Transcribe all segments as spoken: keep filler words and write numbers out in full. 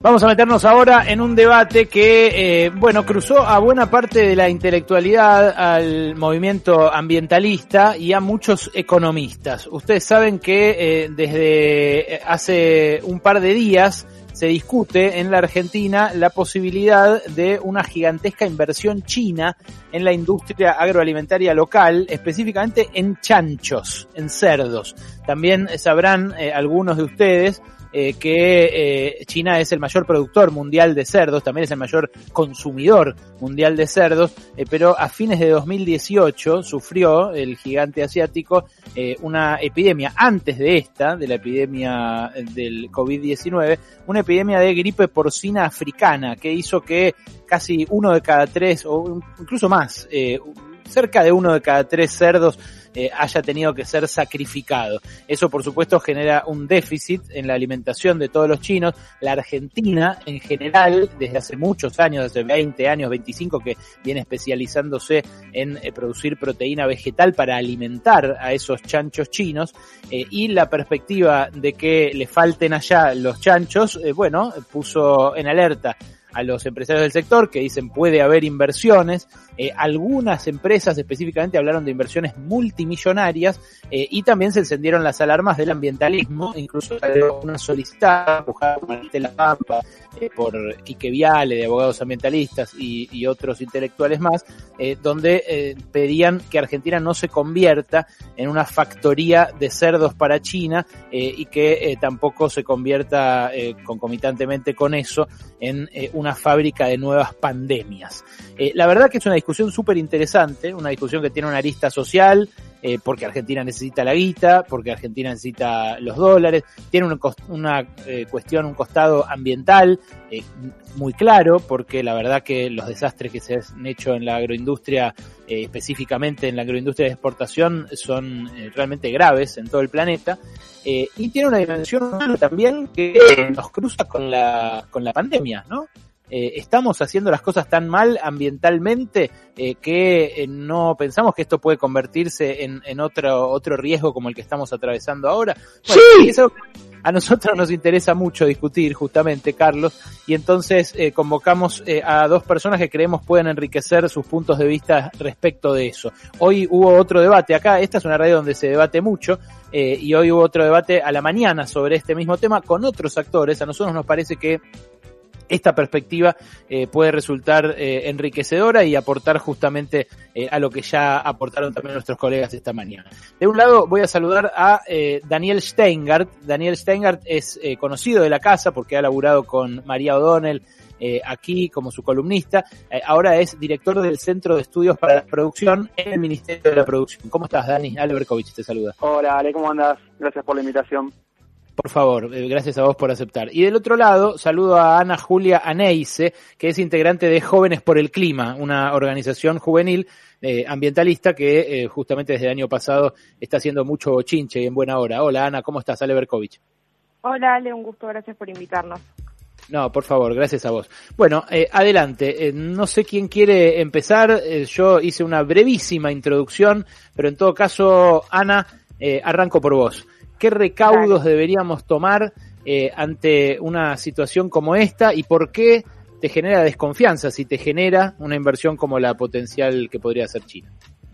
Vamos a meternos ahora en un debate que, eh, bueno, cruzó a buena parte de la intelectualidad, al movimiento ambientalista y a muchos economistas. Ustedes saben que eh, desde hace un par de días se discute en la Argentina la posibilidad de una gigantesca inversión china en la industria agroalimentaria local, específicamente en chanchos, en cerdos. También sabrán eh, algunos de ustedes Eh, que eh, China es el mayor productor mundial de cerdos, también es el mayor consumidor mundial de cerdos, eh, pero a fines de dos mil dieciocho sufrió el gigante asiático eh, una epidemia, antes de esta, de la epidemia del covid diecinueve, una epidemia de gripe porcina africana que hizo que casi uno de cada tres, o incluso más, eh, cerca de uno de cada tres cerdos Eh, haya tenido que ser sacrificado. Eso, por supuesto, genera un déficit en la alimentación de todos los chinos. La Argentina, en general, desde hace muchos años, desde veinte años, veinticinco, que viene especializándose en eh, producir proteína vegetal para alimentar a esos chanchos chinos, eh, y la perspectiva de que le falten allá los chanchos, eh, bueno, puso en alerta a los empresarios del sector que dicen puede haber inversiones. Eh, algunas empresas específicamente hablaron de inversiones multimillonarias, eh, y también se encendieron las alarmas del ambientalismo, incluso salió una solicitada empujada por Maristela Pampa, eh, por Quique Viale, de abogados ambientalistas y, y otros intelectuales más, eh, donde eh, pedían que Argentina no se convierta en una factoría de cerdos para China, eh, y que eh, tampoco se convierta eh, concomitantemente con eso en eh, una fábrica de nuevas pandemias. Eh, la verdad que es una discusión súper interesante, una discusión que tiene una arista social, eh, porque Argentina necesita la guita, porque Argentina necesita los dólares, tiene una, una eh, cuestión, un costado ambiental eh, muy claro, porque la verdad que los desastres que se han hecho en la agroindustria, eh, específicamente en la agroindustria de exportación, son eh, realmente graves en todo el planeta, eh, y tiene una dimensión humana también que nos cruza con la, con la pandemia, ¿no? Eh, estamos haciendo las cosas tan mal ambientalmente eh, que eh, no pensamos que esto puede convertirse en, en otro otro riesgo como el que estamos atravesando ahora. Bueno, ¡sí! Eso a nosotros nos interesa mucho discutir, justamente, Carlos, y entonces eh, convocamos eh, a dos personas que creemos pueden enriquecer sus puntos de vista respecto de eso. Hoy hubo otro debate acá, esta es una radio donde se debate mucho, eh, y hoy hubo otro debate a la mañana sobre este mismo tema con otros actores. A nosotros nos parece que esta perspectiva eh, puede resultar eh, enriquecedora y aportar justamente eh, a lo que ya aportaron también nuestros colegas esta mañana. De un lado voy a saludar a eh, Daniel Steingart. Daniel Steingart es eh, conocido de la casa porque ha laburado con María O'Donnell eh, aquí como su columnista. Eh, ahora es director del Centro de Estudios para la Producción en el Ministerio de la Producción. ¿Cómo estás, Dani? Ale Berkovich te saluda. Hola, Ale, ¿cómo andás? Gracias por la invitación. Por favor, eh, gracias a vos por aceptar. Y del otro lado, saludo a Ana Julia Aneise, que es integrante de Jóvenes por el Clima, una organización juvenil eh, ambientalista que eh, justamente desde el año pasado está haciendo mucho bochinche y en buena hora. Hola, Ana, ¿cómo estás? Ale Berkovich. Hola, Ale, un gusto, gracias por invitarnos. No, por favor, gracias a vos. Bueno, eh, adelante. Eh, no sé quién quiere empezar. Eh, yo hice una brevísima introducción, pero en todo caso, Ana, eh, arranco por vos. ¿Qué recaudos Dale. deberíamos tomar eh, ante una situación como esta y por qué te genera desconfianza si te genera una inversión como la potencial que podría ser China?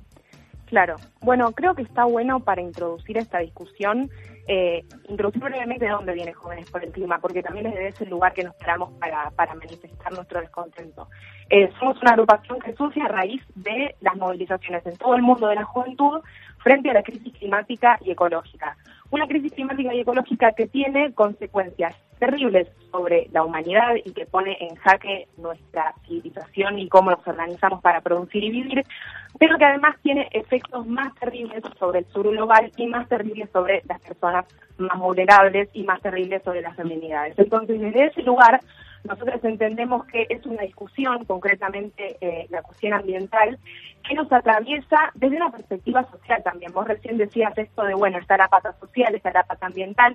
Claro. Bueno, creo que está bueno para introducir esta discusión, eh, introducir brevemente de dónde viene Jóvenes por el Clima, porque también es desde ese lugar que nos paramos para, para manifestar nuestro descontento. Eh, somos una agrupación que surge a raíz de las movilizaciones en todo el mundo de la juventud frente a la crisis climática y ecológica. Una crisis climática y ecológica que tiene consecuencias terribles sobre la humanidad y que pone en jaque nuestra civilización y cómo nos organizamos para producir y vivir, pero que además tiene efectos más terribles sobre el sur global y más terribles sobre las personas más vulnerables y más terribles sobre las feminidades. Entonces, desde ese lugar, nosotros entendemos que es una discusión, concretamente eh, la cuestión ambiental, que nos atraviesa desde una perspectiva social también. Vos recién decías esto de, bueno, está la pata social, está la pata ambiental.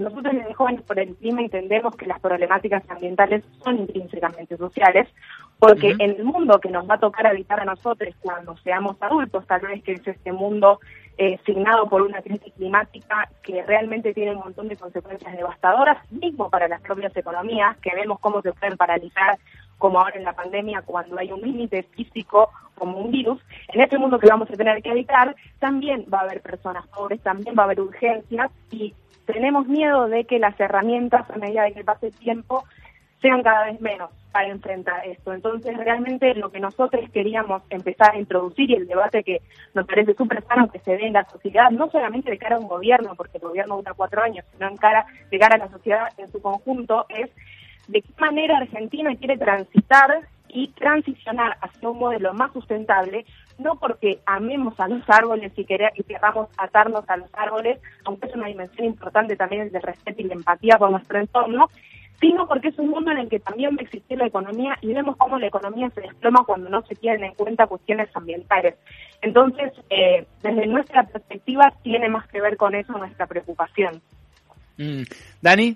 nosotros desde Jóvenes por el Clima entendemos que las problemáticas ambientales son intrínsecamente sociales, porque uh-huh. en el mundo que nos va a tocar habitar a nosotros cuando seamos adultos, tal vez que es este mundo eh, signado por una crisis climática que realmente tiene un montón de consecuencias devastadoras, mismo para las propias economías, que vemos cómo se pueden paralizar, como ahora en la pandemia, cuando hay un límite físico como un virus. En este mundo que vamos a tener que habitar, también va a haber personas pobres, también va a haber urgencias, y tenemos miedo de que las herramientas, a medida de que pase el tiempo, sean cada vez menos para enfrentar esto. Entonces, realmente lo que nosotros queríamos empezar a introducir, y el debate que nos parece súper sano que se dé en la sociedad, no solamente de cara a un gobierno, porque el gobierno dura cuatro años, sino en cara, de cara a la sociedad en su conjunto, es de qué manera Argentina quiere transitar y transicionar hacia un modelo más sustentable, no porque amemos a los árboles y, querer, y queramos atarnos a los árboles, aunque es una dimensión importante también el del respeto y la empatía por nuestro entorno, sino porque es un mundo en el que también va a existir la economía, y vemos cómo la economía se desploma cuando no se tienen en cuenta cuestiones ambientales. Entonces, eh, desde nuestra perspectiva, tiene más que ver con eso nuestra preocupación. Mm. ¿Dani?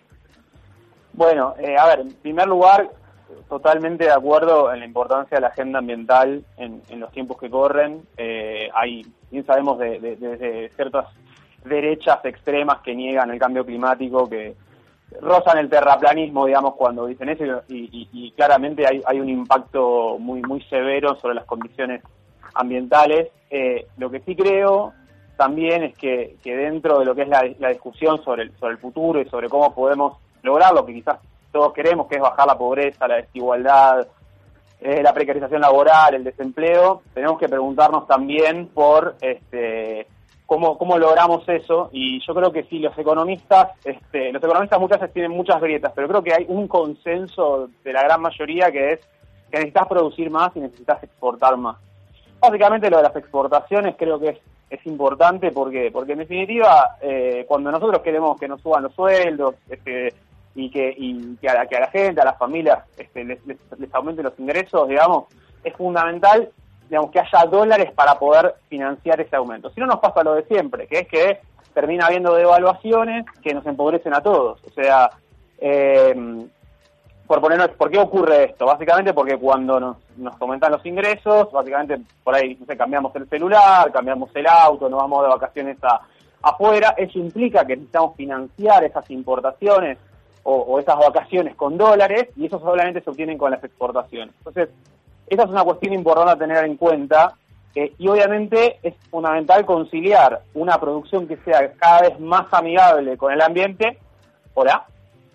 Bueno, eh, a ver, en primer lugar, totalmente de acuerdo en la importancia de la agenda ambiental en, en los tiempos que corren. Eh, hay, bien sabemos, de, de, de, de ciertas derechas extremas que niegan el cambio climático, que rozan el terraplanismo, digamos, cuando dicen eso, y, y, y claramente hay, hay un impacto muy muy severo sobre las condiciones ambientales. Eh, lo que sí creo también es que, que dentro de lo que es la, la discusión sobre el, sobre el futuro y sobre cómo podemos lograr lo que quizás todos queremos, que es bajar la pobreza, la desigualdad, eh, la precarización laboral, el desempleo, tenemos que preguntarnos también por este cómo cómo logramos eso. Y yo creo que sí, los economistas, este, los economistas muchas veces tienen muchas grietas, pero creo que hay un consenso de la gran mayoría que es que necesitas producir más y necesitas exportar más. Básicamente lo de las exportaciones creo que es es importante porque porque en definitiva eh, cuando nosotros queremos que nos suban los sueldos, este y que y que a la, que a la gente, a las familias este, les, les, les aumenten los ingresos, digamos, es fundamental, digamos, que haya dólares para poder financiar ese aumento. Si no, nos pasa lo de siempre, que es que termina habiendo devaluaciones que nos empobrecen a todos. O sea, eh, por ponernos, ¿por qué ocurre esto? Básicamente porque cuando nos, nos aumentan los ingresos, básicamente por ahí, no sé, cambiamos el celular, cambiamos el auto, nos vamos de vacaciones a, afuera, eso implica que necesitamos financiar esas importaciones O, o esas vacaciones con dólares, y eso solamente se obtienen con las exportaciones. Entonces, esa es una cuestión importante a tener en cuenta, eh, y obviamente es fundamental conciliar una producción que sea cada vez más amigable con el ambiente. ¿Hola?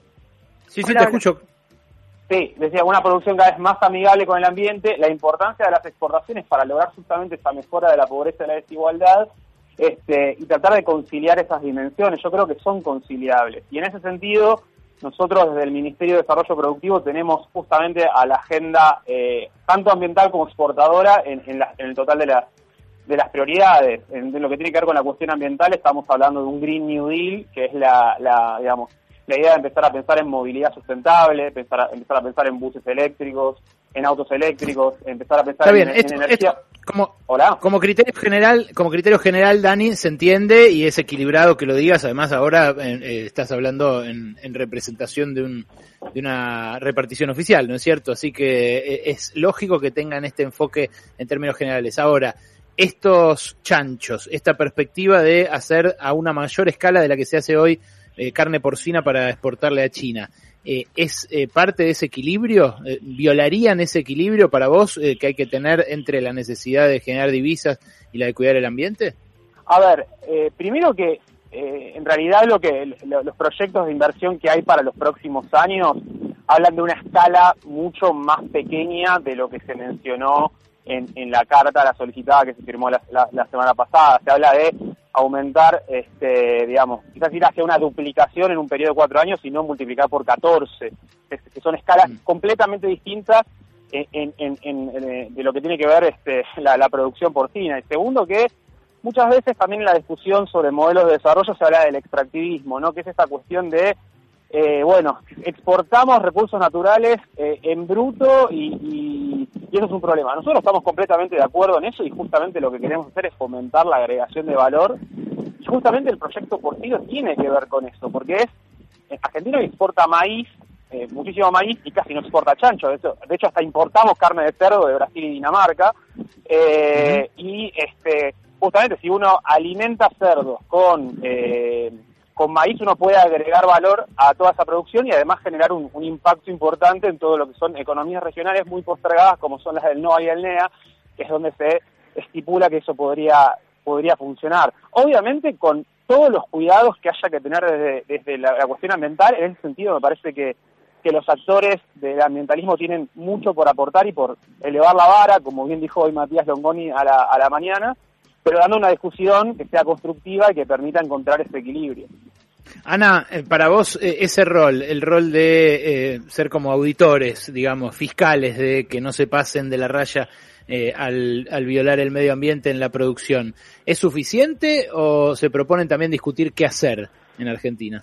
Sí, sí, te escucho. Sí, decía, una producción cada vez más amigable con el ambiente, la importancia de las exportaciones para lograr justamente esa mejora de la pobreza y la desigualdad, este, y tratar de conciliar esas dimensiones. Yo creo que son conciliables, y en ese sentido nosotros desde el Ministerio de Desarrollo Productivo tenemos justamente a la agenda eh, tanto ambiental como exportadora en, en, la, en el total de, la, de las prioridades. En, en lo que tiene que ver con la cuestión ambiental, estamos hablando de un Green New Deal, que es la, la digamos, la idea de empezar a pensar en movilidad sustentable, pensar a, empezar a pensar en buses eléctricos, en autos eléctricos, empezar a pensar Está bien, en, esto, en energía. Esto, como, Hola. Como criterio general, como criterio general, Dani, se entiende y es equilibrado que lo digas. Además, ahora eh, estás hablando en, en representación de un de una repartición oficial, ¿no es cierto? Así que eh, es lógico que tengan este enfoque en términos generales. Ahora, estos chanchos, esta perspectiva de hacer a una mayor escala de la que se hace hoy eh, carne porcina para exportarle a China, Eh, ¿es eh, parte de ese equilibrio? Eh, ¿Violarían ese equilibrio para vos eh, que hay que tener entre la necesidad de generar divisas y la de cuidar el ambiente? A ver, eh, primero que eh, en realidad lo que lo, los proyectos de inversión que hay para los próximos años hablan de una escala mucho más pequeña de lo que se mencionó en, en la carta, la solicitada que se firmó la, la, la semana pasada. Se habla de aumentar, este, digamos, quizás ir hacia una duplicación en un periodo de cuatro años y no multiplicar por catorce, que son escalas mm. completamente distintas en, en, en, en, de lo que tiene que ver este, la, la producción porcina. Y segundo, que muchas veces también en la discusión sobre modelos de desarrollo se habla del extractivismo, ¿no? Que es esta cuestión de, eh, bueno, exportamos recursos naturales eh, en bruto y, y, y eso es un problema. Nosotros estamos completamente de acuerdo en eso y justamente lo que queremos hacer es fomentar la agregación de valor. Y justamente el proyecto porcino tiene que ver con eso, porque es Argentina exporta maíz, eh, muchísimo maíz, y casi no exporta chancho. De hecho, de hecho hasta importamos carne de cerdo de Brasil y Dinamarca. Eh, uh-huh. Y este justamente si uno alimenta cerdos con... Eh, con maíz uno puede agregar valor a toda esa producción y además generar un, un impacto importante en todo lo que son economías regionales muy postergadas, como son las del N O A y el N E A, que es donde se estipula que eso podría podría funcionar. Obviamente con todos los cuidados que haya que tener desde, desde la, la cuestión ambiental. En ese sentido me parece que, que los actores del ambientalismo tienen mucho por aportar y por elevar la vara, como bien dijo hoy Matías Longoni a la, a la mañana, pero dando una discusión que sea constructiva y que permita encontrar ese equilibrio. Ana, para vos ese rol, el rol de eh, ser como auditores, digamos, fiscales, de que no se pasen de la raya eh, al, al violar el medio ambiente en la producción, ¿es suficiente o se proponen también discutir qué hacer en Argentina?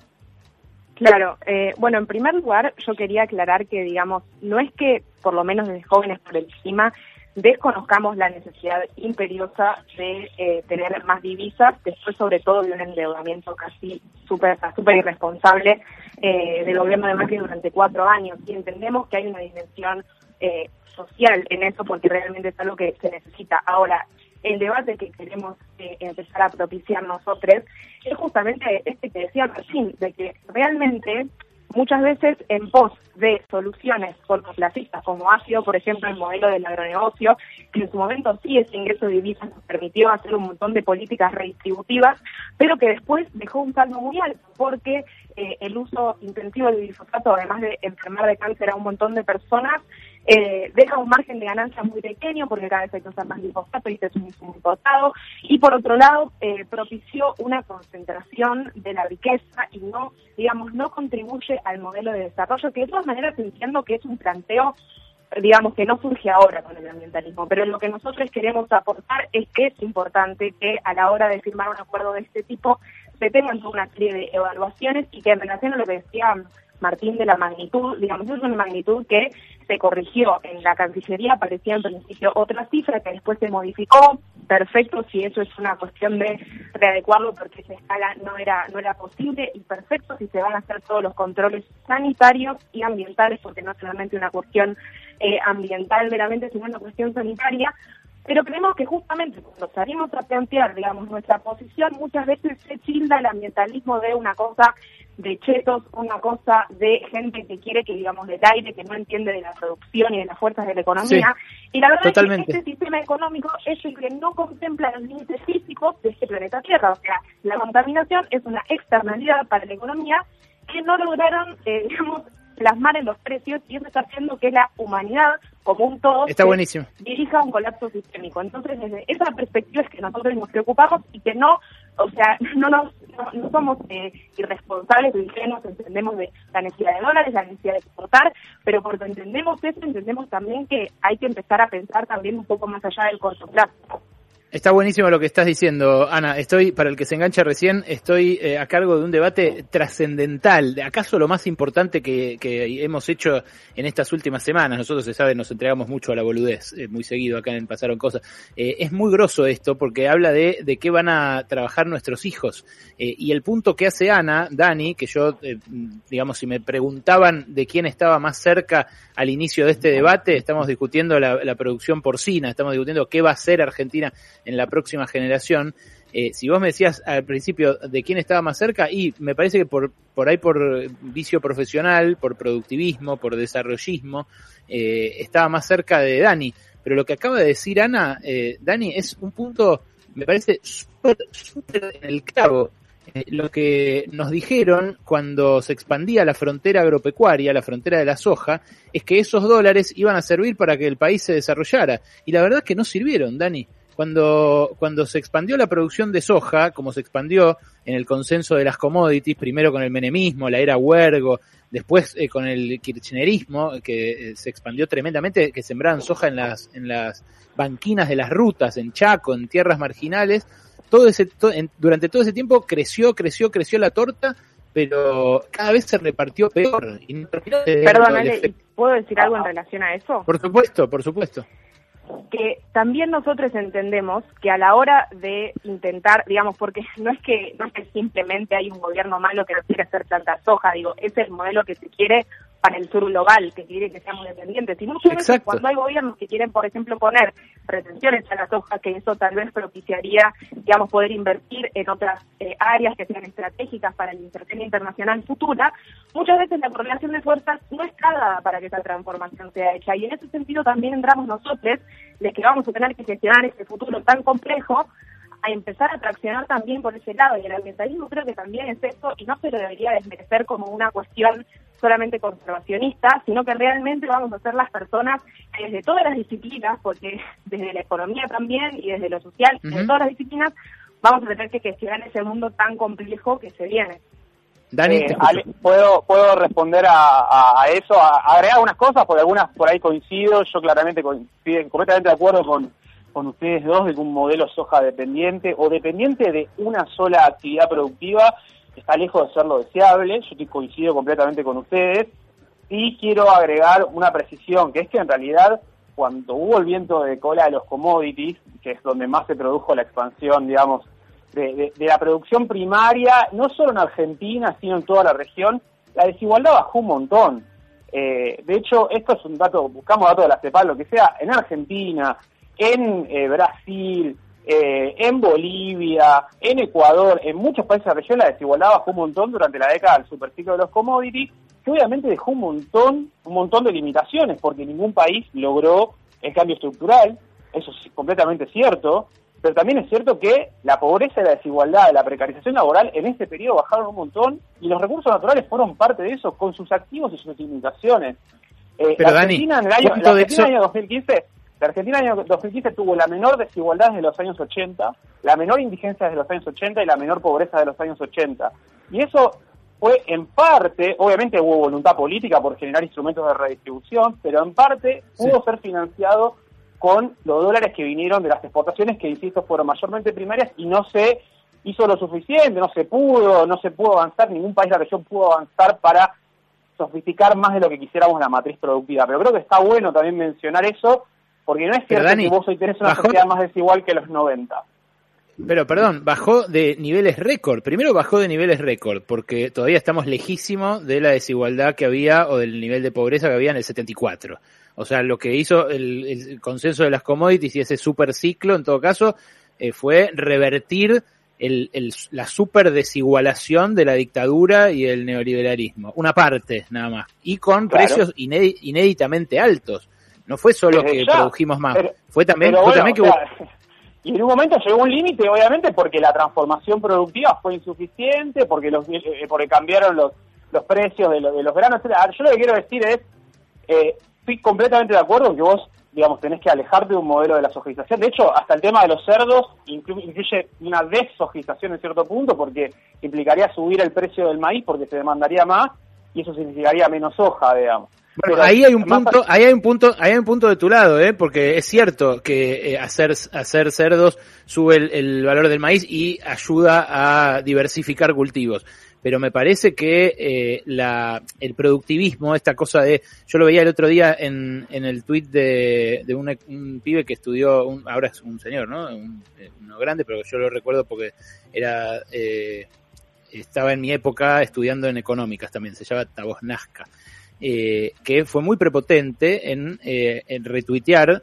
Claro, eh, bueno, en primer lugar yo quería aclarar que, digamos, no es que por lo menos desde Jóvenes por el Clima desconozcamos la necesidad imperiosa de eh, tener más divisas, después sobre todo de un endeudamiento casi súper súper irresponsable eh, del gobierno de Macri durante cuatro años. Y entendemos que hay una dimensión eh, social en eso porque realmente es algo que se necesita. Ahora, el debate que queremos eh, empezar a propiciar nosotros es justamente este que decía Martín, de que realmente muchas veces en pos de soluciones cortoplacistas, como ha sido, por ejemplo, el modelo del agronegocio, que en su momento sí ese ingreso de divisas nos permitió hacer un montón de políticas redistributivas, pero que después dejó un saldo muy alto, porque eh, el uso intensivo del glifosato, además de enfermar de cáncer a un montón de personas, eh, deja un margen de ganancia muy pequeño, porque cada vez hay que usar más glifosato y este es un insumo importado, y por otro lado, eh, propició una concentración de la riqueza y no, digamos, no contribuye al modelo de desarrollo, que de todas maneras entiendo que es un planteo, digamos, que no surge ahora con el ambientalismo, pero lo que nosotros queremos aportar es que es importante que a la hora de firmar un acuerdo de este tipo se tengan una serie de evaluaciones y que en relación a lo que decía Martín de la magnitud, digamos, es una magnitud que se corrigió en la Cancillería, aparecía en principio otra cifra que después se modificó, perfecto si eso es una cuestión de readecuarlo porque esa escala no era no era posible, y perfecto si se van a hacer todos los controles sanitarios y ambientales, porque no es solamente una cuestión eh, ambiental meramente, sino una cuestión sanitaria. Pero creemos que justamente cuando salimos a plantear, digamos, nuestra posición, muchas veces se tilda el ambientalismo de una cosa de chetos, una cosa de gente que quiere que, digamos, del aire, que no entiende de la producción y de las fuerzas de la economía. Sí, y la verdad totalmente. Es que este sistema económico es el que no contempla los límites físicos de este planeta Tierra. O sea, la contaminación es una externalidad para la economía que no lograron, eh, digamos, plasmar en los precios, y eso está haciendo que la humanidad como un todo está buenísimo. dirija a un colapso sistémico. Entonces, desde esa perspectiva es que nosotros nos preocupamos y que no, o sea, no nos no, no somos eh, irresponsables o ingenuos, entendemos de la necesidad de dólares, la necesidad de exportar, pero porque entendemos eso, entendemos también que hay que empezar a pensar también un poco más allá del corto plazo. Está buenísimo lo que estás diciendo, Ana. Estoy, para el que se engancha recién, estoy eh, a cargo de un debate trascendental, de acaso lo más importante que, que hemos hecho en estas últimas semanas. Nosotros, se sabe, nos entregamos mucho a la boludez, eh, muy seguido acá en Pasaron Cosas. Eh, es muy grosso esto porque habla de, de qué van a trabajar nuestros hijos. Eh, y el punto que hace Ana, Dani, que yo, eh, digamos, si me preguntaban de quién estaba más cerca al inicio de este debate, estamos discutiendo la, la producción porcina, estamos discutiendo qué va a hacer Argentina en la próxima generación. Eh, si vos me decías al principio de quién estaba más cerca, y me parece que por por ahí por vicio profesional, por productivismo, por desarrollismo, eh, estaba más cerca de Dani. Pero lo que acaba de decir Ana, eh, Dani, es un punto, me parece súper, súper en el clavo. Eh, lo que nos dijeron cuando se expandía la frontera agropecuaria, la frontera de la soja, es que esos dólares iban a servir para que el país se desarrollara. Y la verdad es que no sirvieron, Dani. Cuando, cuando se expandió la producción de soja, como se expandió en el consenso de las commodities, primero con el menemismo, la era Huergo, después eh, con el kirchnerismo, que eh, se expandió tremendamente, que sembraban soja en las, en las banquinas de las rutas, en Chaco, en tierras marginales. Todo ese, to, en, durante todo ese tiempo creció, creció, creció la torta, pero cada vez se repartió peor. Y no terminó de Perdón, Ale, ¿puedo decir algo en relación a eso? Por supuesto, por supuesto. que también nosotros entendemos que a la hora de intentar, digamos, porque no es que no es que simplemente hay un gobierno malo que no quiere hacer tanta soja, digo, es el modelo que se quiere para el sur global, que quiere que seamos dependientes. Y muchas veces cuando hay gobiernos que quieren, por ejemplo, poner retenciones a la soja, que eso tal vez propiciaría, digamos, poder invertir en otras eh, áreas que sean estratégicas para la inserción internacional futura, muchas veces la correlación de fuerzas no está dada para que esa transformación sea hecha. Y en ese sentido también entramos nosotros, de que vamos a tener que gestionar ese futuro tan complejo, a empezar a traccionar también por ese lado. Y el ambientalismo creo que también es eso, y no se lo debería desmerecer como una cuestión solamente conservacionista, sino que realmente vamos a ser las personas que desde todas las disciplinas, porque desde la economía también y desde lo social, uh-huh. en todas las disciplinas, vamos a tener que gestionar ese mundo tan complejo que se viene. Dani, eh, Ale, ¿puedo, puedo responder a, a, a eso, a, a agregar unas cosas, porque algunas por ahí coincido, yo claramente coincido, completamente de acuerdo con, con ustedes dos de que un modelo soja dependiente o dependiente de una sola actividad productiva está lejos de ser lo deseable. Yo coincido completamente con ustedes y quiero agregar una precisión, que es que en realidad cuando hubo el viento de cola de los commodities, que es donde más se produjo la expansión, digamos, de, de, de la producción primaria, no solo en Argentina, sino en toda la región, la desigualdad bajó un montón. Eh, de hecho, esto es un dato, buscamos datos de la CEPAL, lo que sea, en Argentina, en eh, Brasil, Eh, en Bolivia, en Ecuador, en muchos países de la región la desigualdad bajó un montón durante la década del superciclo de los commodities, que obviamente dejó un montón, un montón de limitaciones, porque ningún país logró el cambio estructural, eso es completamente cierto, pero también es cierto que la pobreza y la desigualdad, la precarización laboral en este periodo bajaron un montón, y los recursos naturales fueron parte de eso, con sus activos y sus limitaciones. Eh, pero la Dani, Argentina en el año, la Argentina en el año dos mil quince... La Argentina en el año dos mil quince tuvo la menor desigualdad desde los años ochenta, la menor indigencia desde los años ochenta y la menor pobreza de los años ochenta. Y eso fue en parte, obviamente hubo voluntad política por generar instrumentos de redistribución, pero en parte pudo sí. ser financiado con los dólares que vinieron de las exportaciones, que insisto fueron mayormente primarias, y no se hizo lo suficiente, no se pudo, no se pudo avanzar, ningún país de la región pudo avanzar para sofisticar más de lo que quisiéramos la matriz productiva. Pero creo que está bueno también mencionar eso, porque no es cierto Dani, que vos hoy tenés una bajó, sociedad más desigual que los noventa. Pero, perdón, bajó de niveles récord. Primero bajó de niveles récord, porque todavía estamos lejísimos de la desigualdad que había, o del nivel de pobreza que había en el setenta y cuatro. O sea, lo que hizo el, el consenso de las commodities y ese super ciclo, en todo caso, eh, fue revertir el, el, la super desigualación de la dictadura y el neoliberalismo. Una parte, nada más. Y con claro. precios inéd- inéditamente altos. No fue solo Desde que ya, produjimos más, pero, fue también, pero fue bueno, también que o hubo... sea, y en un momento llegó un límite, obviamente, porque la transformación productiva fue insuficiente, porque los eh, porque cambiaron los los precios de, lo, de los granos, etcétera. Yo lo que quiero decir es, eh, estoy completamente de acuerdo en que vos, digamos, tenés que alejarte de un modelo de la sojización. De hecho, hasta el tema de los cerdos inclu- incluye una desojización en cierto punto, porque implicaría subir el precio del maíz, porque se demandaría más, y eso significaría menos soja, digamos. Bueno, ahí hay un punto, ahí hay un punto, ahí hay un punto de tu lado, eh, porque es cierto que eh, hacer hacer cerdos sube el, el valor del maíz y ayuda a diversificar cultivos. Pero me parece que eh, la el productivismo, esta cosa de, yo lo veía el otro día en en el tuit de de un, un pibe que estudió, un, ahora es un señor, ¿no? Un, uno grande, pero yo lo recuerdo porque era eh, estaba en mi época estudiando en económicas también, se llama Tavos Nazca. Eh, que fue muy prepotente en, eh, en retuitear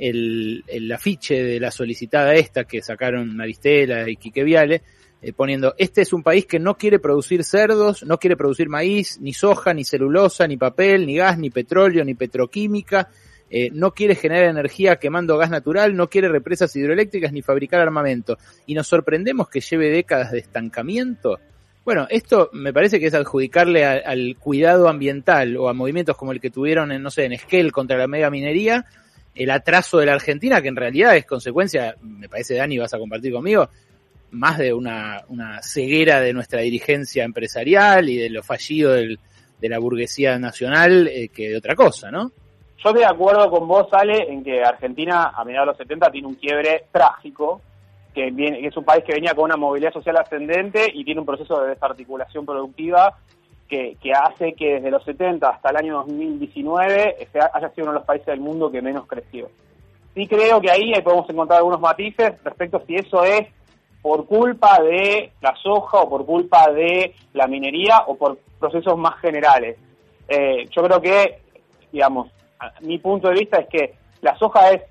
el, el afiche de la solicitada esta que sacaron Maristela y Quique Viale, eh, poniendo: este es un país que no quiere producir cerdos, no quiere producir maíz, ni soja, ni celulosa, ni papel, ni gas, ni petróleo, ni petroquímica, eh, no quiere generar energía quemando gas natural, no quiere represas hidroeléctricas, ni fabricar armamento. Y nos sorprendemos que lleve décadas de estancamiento. Bueno, esto me parece que es adjudicarle a, al cuidado ambiental o a movimientos como el que tuvieron en, no sé, en Esquel contra la megaminería, el atraso de la Argentina, que en realidad es consecuencia, me parece, Dani, vas a compartir conmigo, más de una, una ceguera de nuestra dirigencia empresarial y de lo fallido del, de la burguesía nacional eh, que de otra cosa, ¿no? Yo estoy de acuerdo con vos, Ale, en que Argentina a mediados de los setenta tiene un quiebre trágico, que, viene, que es un país que venía con una movilidad social ascendente y tiene un proceso de desarticulación productiva que, que hace que desde los setenta hasta el año dos mil diecinueve este, haya sido uno de los países del mundo que menos creció. Sí creo que ahí podemos encontrar algunos matices respecto a si eso es por culpa de la soja o por culpa de la minería o por procesos más generales. Eh, yo creo que, digamos, mi punto de vista es que la soja es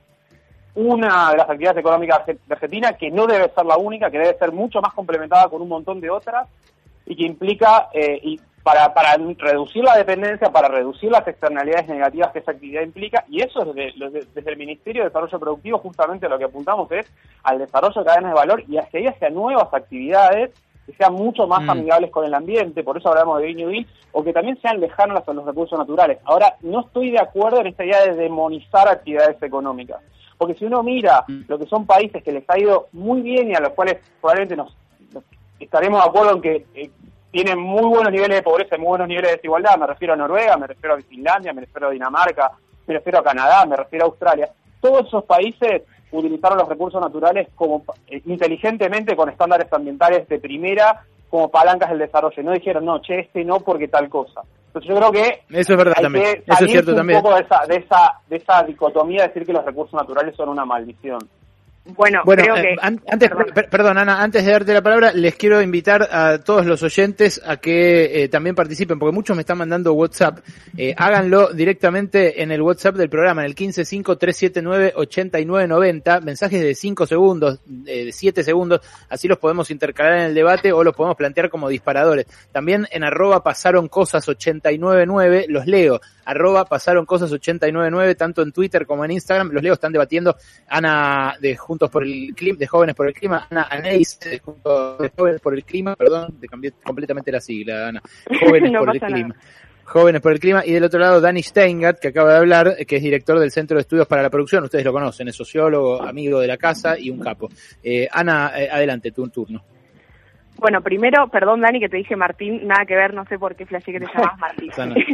una de las actividades económicas de Argentina que no debe ser la única, que debe ser mucho más complementada con un montón de otras y que implica, eh, y para, para reducir la dependencia, para reducir las externalidades negativas que esa actividad implica, y eso desde, desde el Ministerio de Desarrollo Productivo justamente lo que apuntamos es al desarrollo de cadenas de valor y hacia, hacia nuevas actividades que sean mucho más mm. amigables con el ambiente, por eso hablamos de Green New Deal, o que también sean lejanas a los recursos naturales. Ahora, no estoy de acuerdo en esta idea de demonizar actividades económicas, porque si uno mira mm. lo que son países que les ha ido muy bien y a los cuales probablemente nos, nos estaremos de acuerdo en que eh, tienen muy buenos niveles de pobreza y muy buenos niveles de desigualdad, me refiero a Noruega, me refiero a Finlandia, me refiero a Dinamarca, me refiero a Canadá, me refiero a Australia, todos esos países utilizaron los recursos naturales como eh, inteligentemente con estándares ambientales de primera como palancas del desarrollo. No dijeron, no, che, este no porque tal cosa. Entonces yo creo que eso es verdad hay también. que Eso es cierto un también. poco de esa, de esa, de esa dicotomía de decir que los recursos naturales son una maldición. Bueno, bueno creo eh, que... an- antes, perdón. Per- perdón, Ana, antes de darte la palabra, les quiero invitar a todos los oyentes a que eh, también participen, porque muchos me están mandando WhatsApp. Eh, háganlo directamente en el WhatsApp del programa, en el quince cinco tres siete nueve ocho nueve nueve cero, mensajes de cinco segundos, eh, de siete segundos, así los podemos intercalar en el debate o los podemos plantear como disparadores. También en arroba pasaron cosas ochenta y nueve nueve, los leo, arroba pasaron cosas ochenta y nueve nueve, tanto en Twitter como en Instagram, los leo, están debatiendo. Ana de Juntos por el Clima, de Jóvenes por el Clima, Ana Aneis, de, Juntos, de Jóvenes por el Clima, perdón, te cambié completamente la sigla, Ana, Jóvenes no por el pasa Clima. Nada. Jóvenes por el Clima, y del otro lado Dani Steingart, que acaba de hablar, que es director del Centro de Estudios para la Producción, ustedes lo conocen, es sociólogo, amigo de la casa y un capo. Eh, Ana, eh, adelante, tu turno. Bueno, primero, perdón Dani que te dije Martín, nada que ver, no sé por qué flashé que te llamas Martín.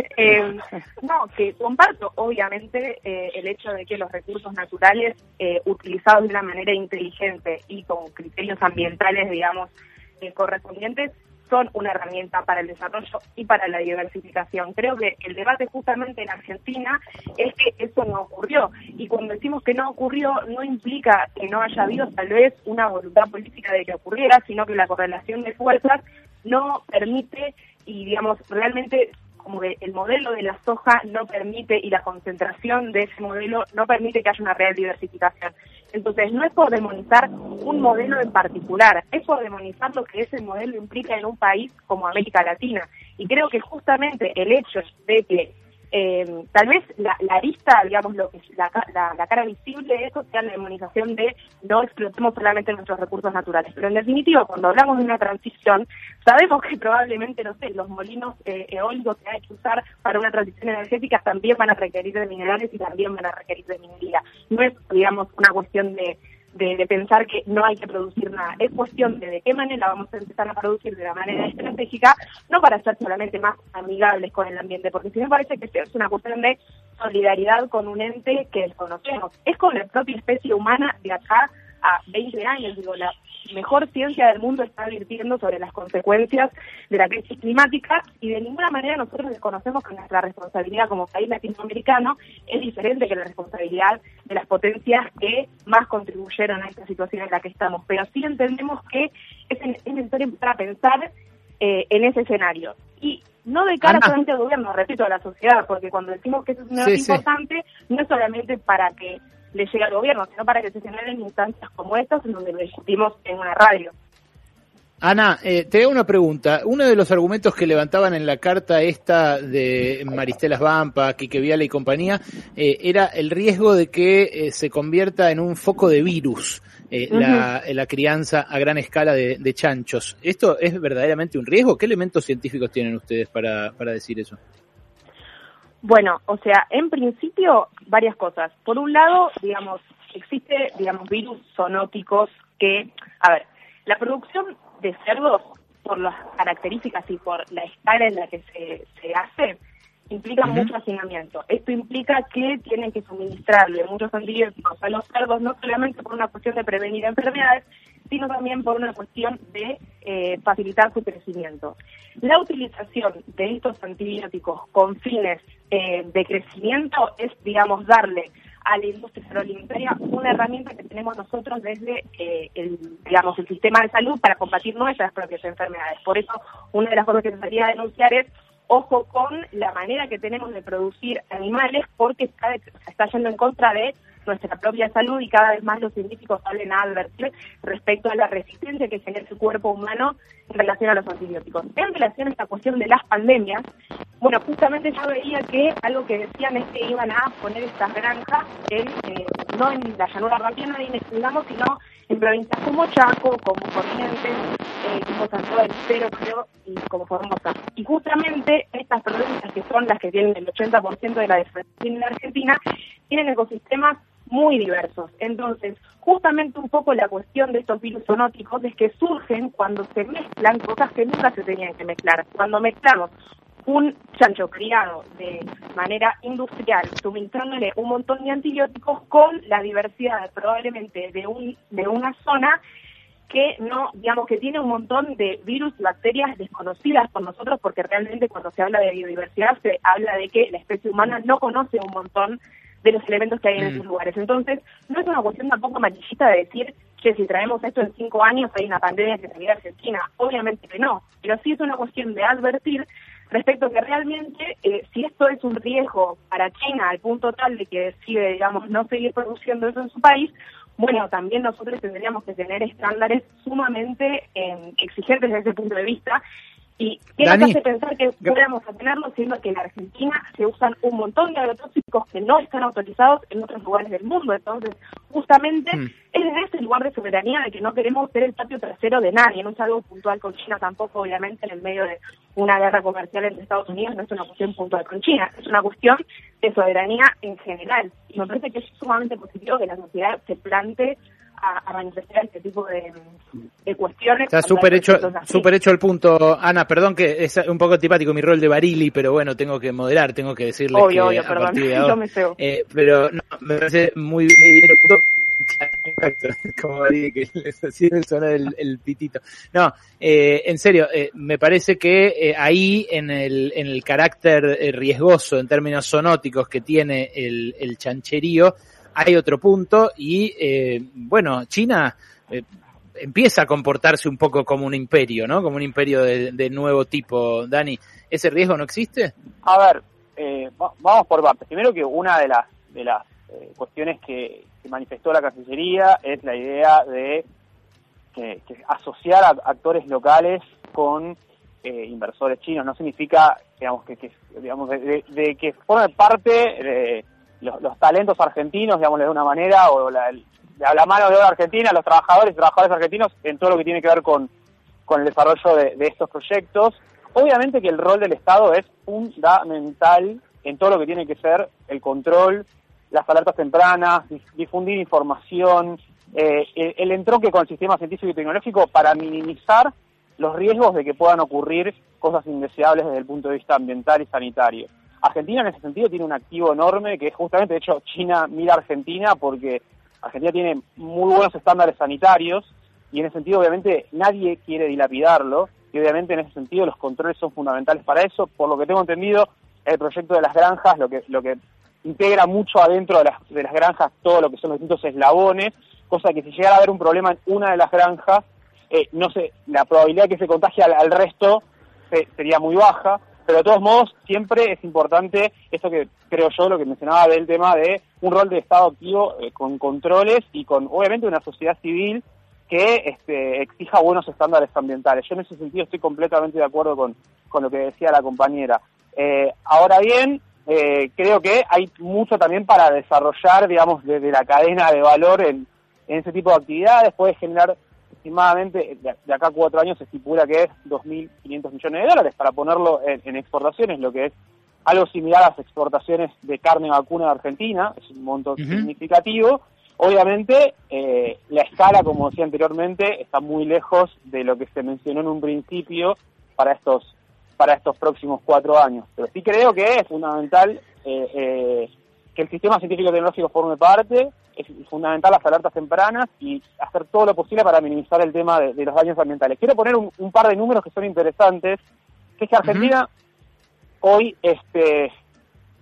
eh, no, que comparto obviamente eh, el hecho de que los recursos naturales eh, utilizados de una manera inteligente y con criterios ambientales, digamos, eh, correspondientes, son una herramienta para el desarrollo y para la diversificación. Creo que el debate justamente en Argentina es que eso no ocurrió. Y cuando decimos que no ocurrió, no implica que no haya habido tal vez una voluntad política de que ocurriera, sino que la correlación de fuerzas no permite y, digamos, realmente como que el modelo de la soja no permite y la concentración de ese modelo no permite que haya una real diversificación. Entonces, no es por demonizar un modelo en particular, es por demonizar lo que ese modelo implica en un país como América Latina. Y creo que justamente el hecho de que eh, tal vez la, la arista, digamos, lo que la, la, la cara visible de eso sea la demonización de no explotemos solamente nuestros recursos naturales. Pero en definitiva, cuando hablamos de una transición, sabemos que probablemente, no sé, los molinos eh, eólicos que hay que usar para una transición energética también van a requerir de minerales y también van a requerir de minería. No es, digamos, una cuestión de De, de pensar que no hay que producir nada. Es cuestión de de qué manera vamos a empezar a producir de la manera estratégica, no para ser solamente más amigables con el ambiente, porque si me parece que es una cuestión de solidaridad con un ente que desconocemos. Es con la propia especie humana de acá a veinte años, digo, la mejor ciencia del mundo está advirtiendo sobre las consecuencias de la crisis climática y de ninguna manera nosotros desconocemos que nuestra responsabilidad como país latinoamericano es diferente que la responsabilidad de las potencias que más contribuyeron a esta situación en la que estamos, pero sí entendemos que es, es necesario empezar a pensar eh, en ese escenario y no de cara Ana. solamente al gobierno, repito, a la sociedad, porque cuando decimos que eso es un Sí, sí, sí. importante, no es solamente para que le llegue al gobierno, sino para que se generen instancias como estas en donde lo discutimos en una radio. Ana, eh, te hago una pregunta. Uno de los argumentos que levantaban en la carta esta de Maristela Svampa, Quique Viale y compañía, eh, era el riesgo de que eh, se convierta en un foco de virus eh, uh-huh. la, la crianza a gran escala de, de chanchos. ¿Esto es verdaderamente un riesgo? ¿Qué elementos científicos tienen ustedes para, para decir eso? Bueno, o sea, en principio, varias cosas. Por un lado, digamos, existe, digamos, virus zoonóticos que, a ver, la producción de cerdos, por las características y por la escala en la que se, se hace, implica uh-huh. mucho hacinamiento. Esto implica que tienen que suministrarle muchos antibióticos a los cerdos, no solamente por una cuestión de prevenir enfermedades, sino también por una cuestión de eh, facilitar su crecimiento. La utilización de estos antibióticos con fines eh, de crecimiento es, digamos, darle a la industria agroalimentaria una herramienta que tenemos nosotros desde eh, el, digamos, el sistema de salud para combatir nuestras propias enfermedades. Por eso, una de las cosas que se salía a denunciar es ojo con la manera que tenemos de producir animales, porque está, está yendo en contra de nuestra propia salud y cada vez más los científicos salen a advertir respecto a la resistencia que genera el cuerpo humano en relación a los antibióticos. En relación a esta cuestión de las pandemias, bueno, justamente yo veía que algo que decían es que iban a poner estas granjas en, eh, no en la llanura pampeana, digamos, sino en provincias como Chaco, como Corrientes, eh, como Santiago del Estero, creo, y como Formosa. Y justamente estas provincias, que son las que tienen el ochenta por ciento de la deforestación en la Argentina, tienen ecosistemas muy diversos. Entonces, justamente un poco la cuestión de estos virus zoonóticos es que surgen cuando se mezclan cosas que nunca se tenían que mezclar. Cuando mezclamos un chancho criado de manera industrial, suministrándole un montón de antibióticos con la diversidad probablemente de un de una zona que no, digamos, que tiene un montón de virus y bacterias desconocidas por nosotros, porque realmente cuando se habla de biodiversidad se habla de que la especie humana no conoce un montón de los elementos que hay en mm. esos lugares. Entonces, no es una cuestión tampoco amarillista de decir que si traemos esto en cinco años hay una pandemia que se viene a Argentina. Obviamente que no, pero sí es una cuestión de advertir respecto a que realmente, eh, si esto es un riesgo para China al punto tal de que decide, digamos, no seguir produciendo eso en su país, bueno, también nosotros tendríamos que tener estándares sumamente eh, exigentes desde ese punto de vista. ¿Y qué nos hace pensar que podamos tenerlo, siendo que en la Argentina se usan un montón de agrotóxicos que no están autorizados en otros lugares del mundo? Entonces, justamente, mm. es en ese lugar de soberanía de que no queremos ser el patio trasero de nadie. No es algo puntual con China tampoco, obviamente, en el medio de una guerra comercial entre Estados Unidos, no es una cuestión puntual con China, es una cuestión de soberanía en general. Y me parece que es sumamente positivo que la sociedad se plantee A, a manifestar este tipo de, de cuestiones. Está súper hecho, súper hecho el punto, Ana, perdón que es un poco antipático mi rol de Barili, pero bueno, tengo que moderar, tengo que decirles obvio, que obvio, a perdón, partir de ahora, yo me cebo. Eh, pero no, me parece muy, muy bien el punto. Exacto, como Barili que les hacía sonar el, el pitito. No, eh, en serio, eh, me parece que eh, ahí en el, en el carácter eh, riesgoso en términos zoonóticos que tiene el, el chancherío, hay otro punto y, eh, bueno, China eh, empieza a comportarse un poco como un imperio, ¿no? Como un imperio de, de nuevo tipo. Dani, ¿ese riesgo no existe? A ver, eh, vamos por partes. Primero que una de las de las eh, cuestiones que, que manifestó la Cancillería es la idea de que, que asociar a actores locales con eh, inversores chinos. No significa, digamos, que, que digamos de, de, de que forme parte de Los, los talentos argentinos, digamos, de una manera, o la, la, la mano de obra argentina, los trabajadores y trabajadores argentinos en todo lo que tiene que ver con, con el desarrollo de, de estos proyectos. Obviamente que el rol del Estado es fundamental en todo lo que tiene que ser el control, las alertas tempranas, difundir información, eh, el, el entronque con el sistema científico y tecnológico para minimizar los riesgos de que puedan ocurrir cosas indeseables desde el punto de vista ambiental y sanitario. Argentina en ese sentido tiene un activo enorme que es justamente, de hecho, China mira a Argentina porque Argentina tiene muy buenos estándares sanitarios y en ese sentido obviamente nadie quiere dilapidarlo y obviamente en ese sentido los controles son fundamentales para eso. Por lo que tengo entendido, el proyecto de las granjas lo que lo que integra mucho adentro de las, de las granjas todo lo que son los distintos eslabones, cosa que si llegara a haber un problema en una de las granjas, eh, no sé, la probabilidad de que se contagie al, al resto eh, sería muy baja. Pero de todos modos, siempre es importante esto que creo yo, lo que mencionaba del tema de un rol de Estado activo eh, con controles y con, obviamente, una sociedad civil que este, exija buenos estándares ambientales. Yo en ese sentido estoy completamente de acuerdo con, con lo que decía la compañera. Eh, ahora bien, eh, creo que hay mucho también para desarrollar, digamos, desde la cadena de valor en, en ese tipo de actividades. Puede generar aproximadamente, de acá a cuatro años se estipula que es dos mil quinientos millones de dólares para ponerlo en, en exportaciones, lo que es algo similar a las exportaciones de carne vacuna de Argentina, es un monto uh-huh. significativo. Obviamente, eh, la escala, como decía anteriormente, está muy lejos de lo que se mencionó en un principio para estos para estos próximos cuatro años. Pero sí creo que es fundamental eh, eh, que el sistema científico-tecnológico forme parte, es fundamental las alertas tempranas y hacer todo lo posible para minimizar el tema de, de los daños ambientales. Quiero poner un, un par de números que son interesantes, que es que Argentina uh-huh. hoy este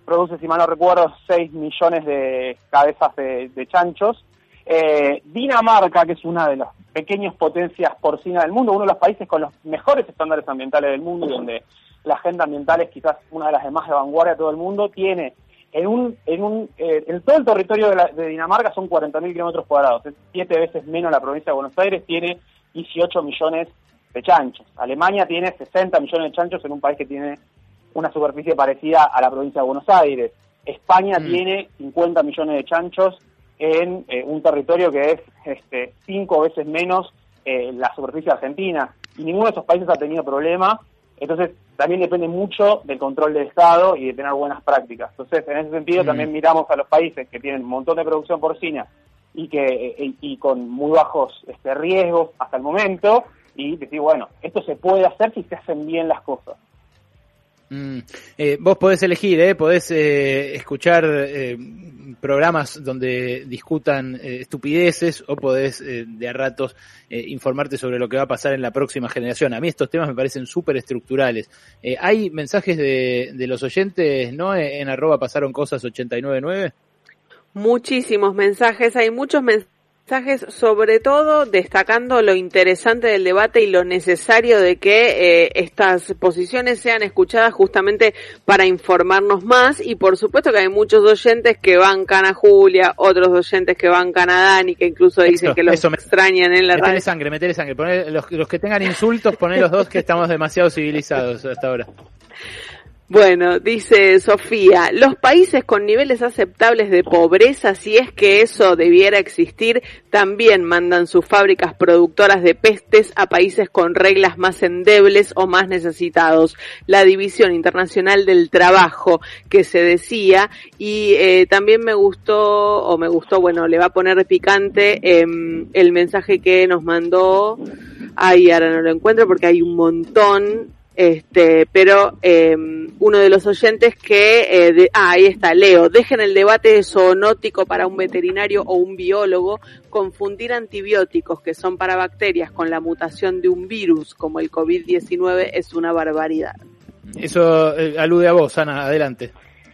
produce, si mal no recuerdo, seis millones de cabezas de, de chanchos. Eh, Dinamarca, que es una de las pequeñas potencias porcinas del mundo, uno de los países con los mejores estándares ambientales del mundo, y donde la agenda ambiental es quizás una de las de más de vanguardia de todo el mundo, tiene en un en un eh, en todo el territorio de, la, de Dinamarca son cuarenta mil kilómetros cuadrados, es siete veces menos la provincia de Buenos Aires, tiene dieciocho millones de chanchos. Alemania tiene sesenta millones de chanchos en un país que tiene una superficie parecida a la provincia de Buenos Aires. España mm. tiene cincuenta millones de chanchos en eh, un territorio que es este, cinco veces menos eh, la superficie argentina, y ninguno de esos países ha tenido problema. Entonces también depende mucho del control del Estado y de tener buenas prácticas. Entonces, en ese sentido, mm. también miramos a los países que tienen un montón de producción porcina y que eh, y con muy bajos este, riesgos hasta el momento, y decir, bueno, esto se puede hacer si se hacen bien las cosas. Mm. Eh, vos podés elegir, ¿eh? Podés eh, escuchar eh, programas donde discutan eh, estupideces, o podés eh, de a ratos eh, informarte sobre lo que va a pasar en la próxima generación. A mí estos temas me parecen súper estructurales. Eh, ¿Hay mensajes de, de los oyentes, no? En, en arroba pasaron cosas ochenta y nueve nueve. Muchísimos mensajes, hay muchos mensajes. Mensajes, sobre todo destacando lo interesante del debate y lo necesario de que eh, estas posiciones sean escuchadas justamente para informarnos más, y por supuesto que hay muchos oyentes que bancan a Julia, otros oyentes que bancan a Dani, que incluso dicen eso, que los eso, extrañan en la metele radio. sangre, metele sangre, poné, los, los que tengan insultos, poné los dos, que estamos demasiado civilizados hasta ahora. Bueno, dice Sofía, los países con niveles aceptables de pobreza, si es que eso debiera existir, también mandan sus fábricas productoras de pestes a países con reglas más endebles o más necesitados. La División Internacional del Trabajo, que se decía, y eh, también me gustó, o me gustó, bueno, le va a poner picante eh, el mensaje que nos mandó, ay, ahora no lo encuentro porque hay un montón. Este, pero eh, uno de los oyentes que, eh, de, ah, ahí está, Leo, dejen el debate zoonótico para un veterinario o un biólogo, confundir antibióticos que son para bacterias con la mutación de un virus como el covid diecinueve es una barbaridad. Eso eh, alude a vos, Ana, adelante.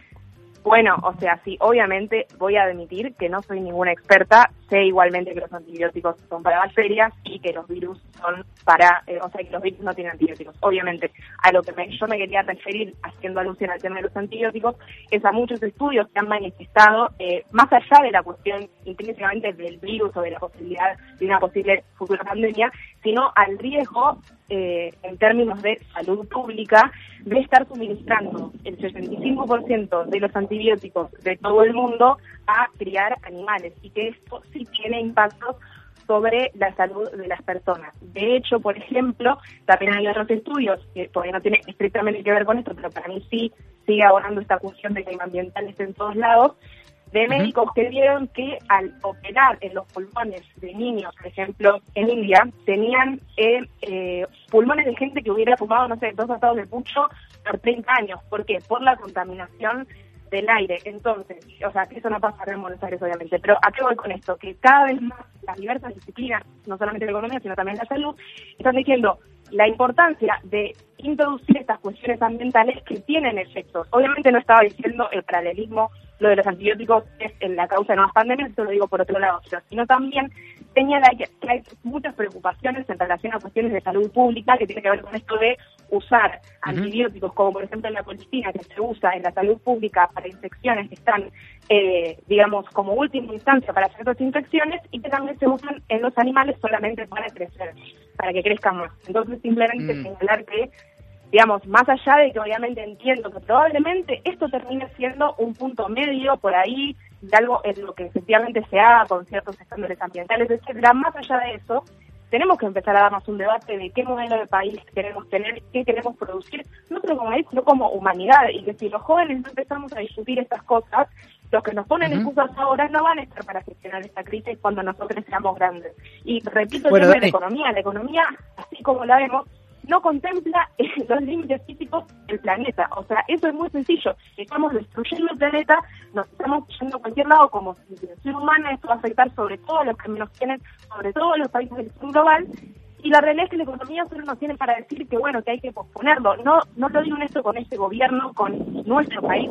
Bueno, o sea, sí, obviamente voy a admitir que no soy ninguna experta, sé igualmente que los antibióticos son para bacterias y que los virus son para, eh, o sea, que los virus no tienen antibióticos. Obviamente, a lo que me, yo me quería referir, haciendo alusión al tema de los antibióticos, es a muchos estudios que han manifestado, eh, más allá de la cuestión intrínsecamente del virus o de la posibilidad de una posible futura pandemia, sino al riesgo eh, en términos de salud pública de estar suministrando el sesenta y cinco por ciento de los antibióticos de todo el mundo a criar animales, y que esto sí tiene impactos sobre la salud de las personas. De hecho, por ejemplo, también hay otros estudios que todavía no tienen estrictamente que ver con esto, pero para mí sí sigue abordando esta cuestión de clima ambiental en todos lados, de médicos que vieron que al operar en los pulmones de niños, por ejemplo, en India, tenían eh, eh, pulmones de gente que hubiera fumado, no sé, dos atados de pucho por treinta años. ¿Por qué? Por la contaminación del aire. Entonces, o sea, que eso no pasa en Buenos Aires, obviamente. Pero ¿a qué voy con esto? Que cada vez más las diversas disciplinas, no solamente la economía, sino también la salud, están diciendo la importancia de introducir estas cuestiones ambientales que tienen efectos. Obviamente no estaba diciendo el paralelismo, lo de los antibióticos es en la causa de nuevas pandemias, esto lo digo por otro lado, sino también señala que hay muchas preocupaciones en relación a cuestiones de salud pública que tiene que ver con esto de usar uh-huh. antibióticos, como por ejemplo la colistina, que se usa en la salud pública para infecciones que están, eh, digamos, como última instancia para ciertas infecciones, y que también se usan en los animales solamente para crecer, para que crezcan más. Entonces, simplemente mm. señalar que, digamos, más allá de que obviamente entiendo que probablemente esto termine siendo un punto medio por ahí, de algo en lo que efectivamente se haga con ciertos estándares ambientales, etcétera, más allá de eso, tenemos que empezar a darnos un debate de qué modelo de país queremos tener, qué queremos producir, no solo como país, sino como humanidad, y que si los jóvenes no empezamos a discutir estas cosas, los que nos ponen uh-huh. excusas ahora no van a estar para gestionar esta crisis cuando nosotros seamos grandes. Y repito, bueno, el tema de la economía, la economía, así como la vemos, no contempla eh, los límites físicos del planeta. O sea, eso es muy sencillo. Estamos destruyendo el planeta, nos estamos yendo a cualquier lado como civilización humana, esto va a afectar sobre todo a los que menos tienen, sobre todo a los países del sur global, y la realidad es que la economía solo nos tiene para decir que bueno, que hay que posponerlo. No, no lo digo en esto con este gobierno, con nuestro país,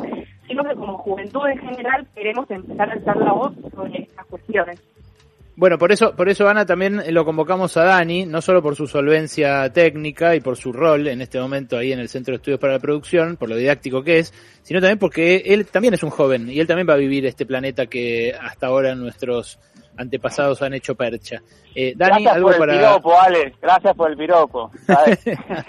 sino que como juventud en general queremos empezar a alzar la voz sobre estas cuestiones. Bueno, por eso, por eso, Ana, también lo convocamos a Dani, no solo por su solvencia técnica y por su rol en este momento ahí en el Centro de Estudios para la Producción, por lo didáctico que es, sino también porque él también es un joven y él también va a vivir este planeta que hasta ahora nuestros antepasados han hecho percha. Eh, Dani, gracias algo por el para... piropo, Alex, gracias por el piropo. ¿Sabes?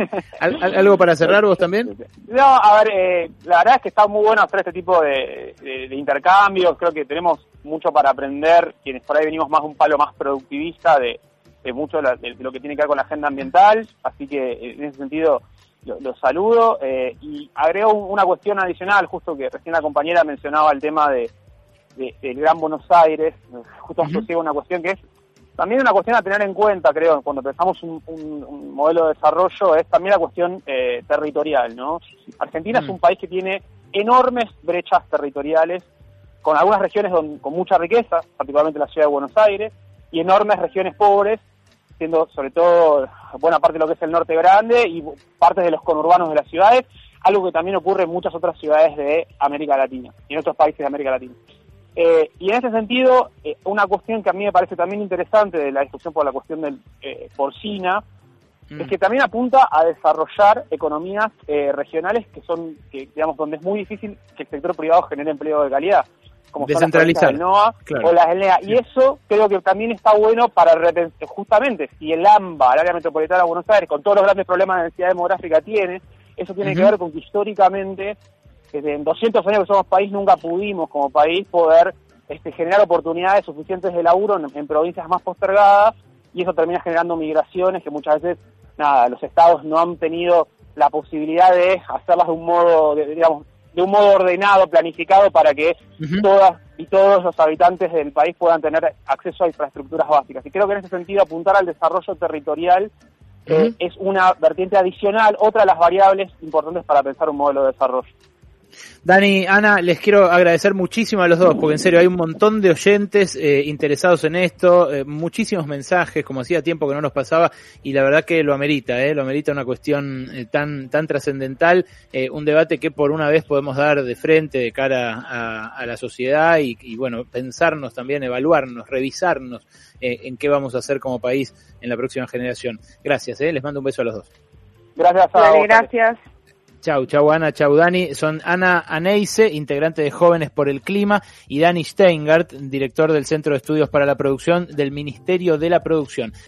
¿Algo para cerrar vos también? No, a ver, eh, la verdad es que está muy bueno hacer este tipo de, de, de intercambios, creo que tenemos mucho para aprender, quienes por ahí venimos más de un palo más productivista de, de mucho de, la, de lo que tiene que ver con la agenda ambiental, así que en ese sentido lo, lo saludo, eh, y agrego una cuestión adicional, justo que recién la compañera mencionaba el tema de De, del Gran Buenos Aires, justo Uh-huh. asociado a una cuestión que es también una cuestión a tener en cuenta, creo, cuando pensamos un, un, un modelo de desarrollo, es también la cuestión eh, territorial, ¿no? Argentina uh-huh. es un país que tiene enormes brechas territoriales, con algunas regiones don, con mucha riqueza, particularmente la ciudad de Buenos Aires, y enormes regiones pobres, siendo sobre todo buena parte de lo que es el norte grande y partes de los conurbanos de las ciudades, algo que también ocurre en muchas otras ciudades de América Latina y en otros países de América Latina. Eh, y en ese sentido, eh, una cuestión que a mí me parece también interesante de la discusión por la cuestión del eh, porcina, mm. es que también apunta a desarrollar economías eh, regionales que son, que digamos, donde es muy difícil que el sector privado genere empleo de calidad, como son las provincias del NOA claro. o las del NEA. Sí. Y eso creo que también está bueno para justamente, si el AMBA, el área metropolitana de Buenos Aires, con todos los grandes problemas de densidad demográfica tiene, eso tiene uh-huh. que ver con que históricamente desde en doscientos años que somos país nunca pudimos como país poder este, generar oportunidades suficientes de laburo en, en provincias más postergadas, y eso termina generando migraciones que muchas veces nada los estados no han tenido la posibilidad de hacerlas de un modo de, digamos de un modo ordenado, planificado, para que uh-huh. todas y todos los habitantes del país puedan tener acceso a infraestructuras básicas. Y creo que en ese sentido apuntar al desarrollo territorial uh-huh. eh, es una vertiente adicional, otra de las variables importantes para pensar un modelo de desarrollo. Dani, Ana, les quiero agradecer muchísimo a los dos, porque en serio hay un montón de oyentes eh, interesados en esto, eh, muchísimos mensajes, como hacía tiempo que no nos pasaba, y la verdad que lo amerita, eh, lo amerita una cuestión eh, tan tan trascendental, eh, un debate que por una vez podemos dar de frente de cara a, a la sociedad y, y bueno, pensarnos también, evaluarnos, revisarnos eh, en qué vamos a hacer como país en la próxima generación. Gracias, eh, les mando un beso a los dos. Gracias a Dale, vos. Gracias. Chau, chau Ana, chau Dani. Son Ana Aneise, integrante de Jóvenes por el Clima, y Dani Steingart, director del Centro de Estudios para la Producción del Ministerio de la Producción.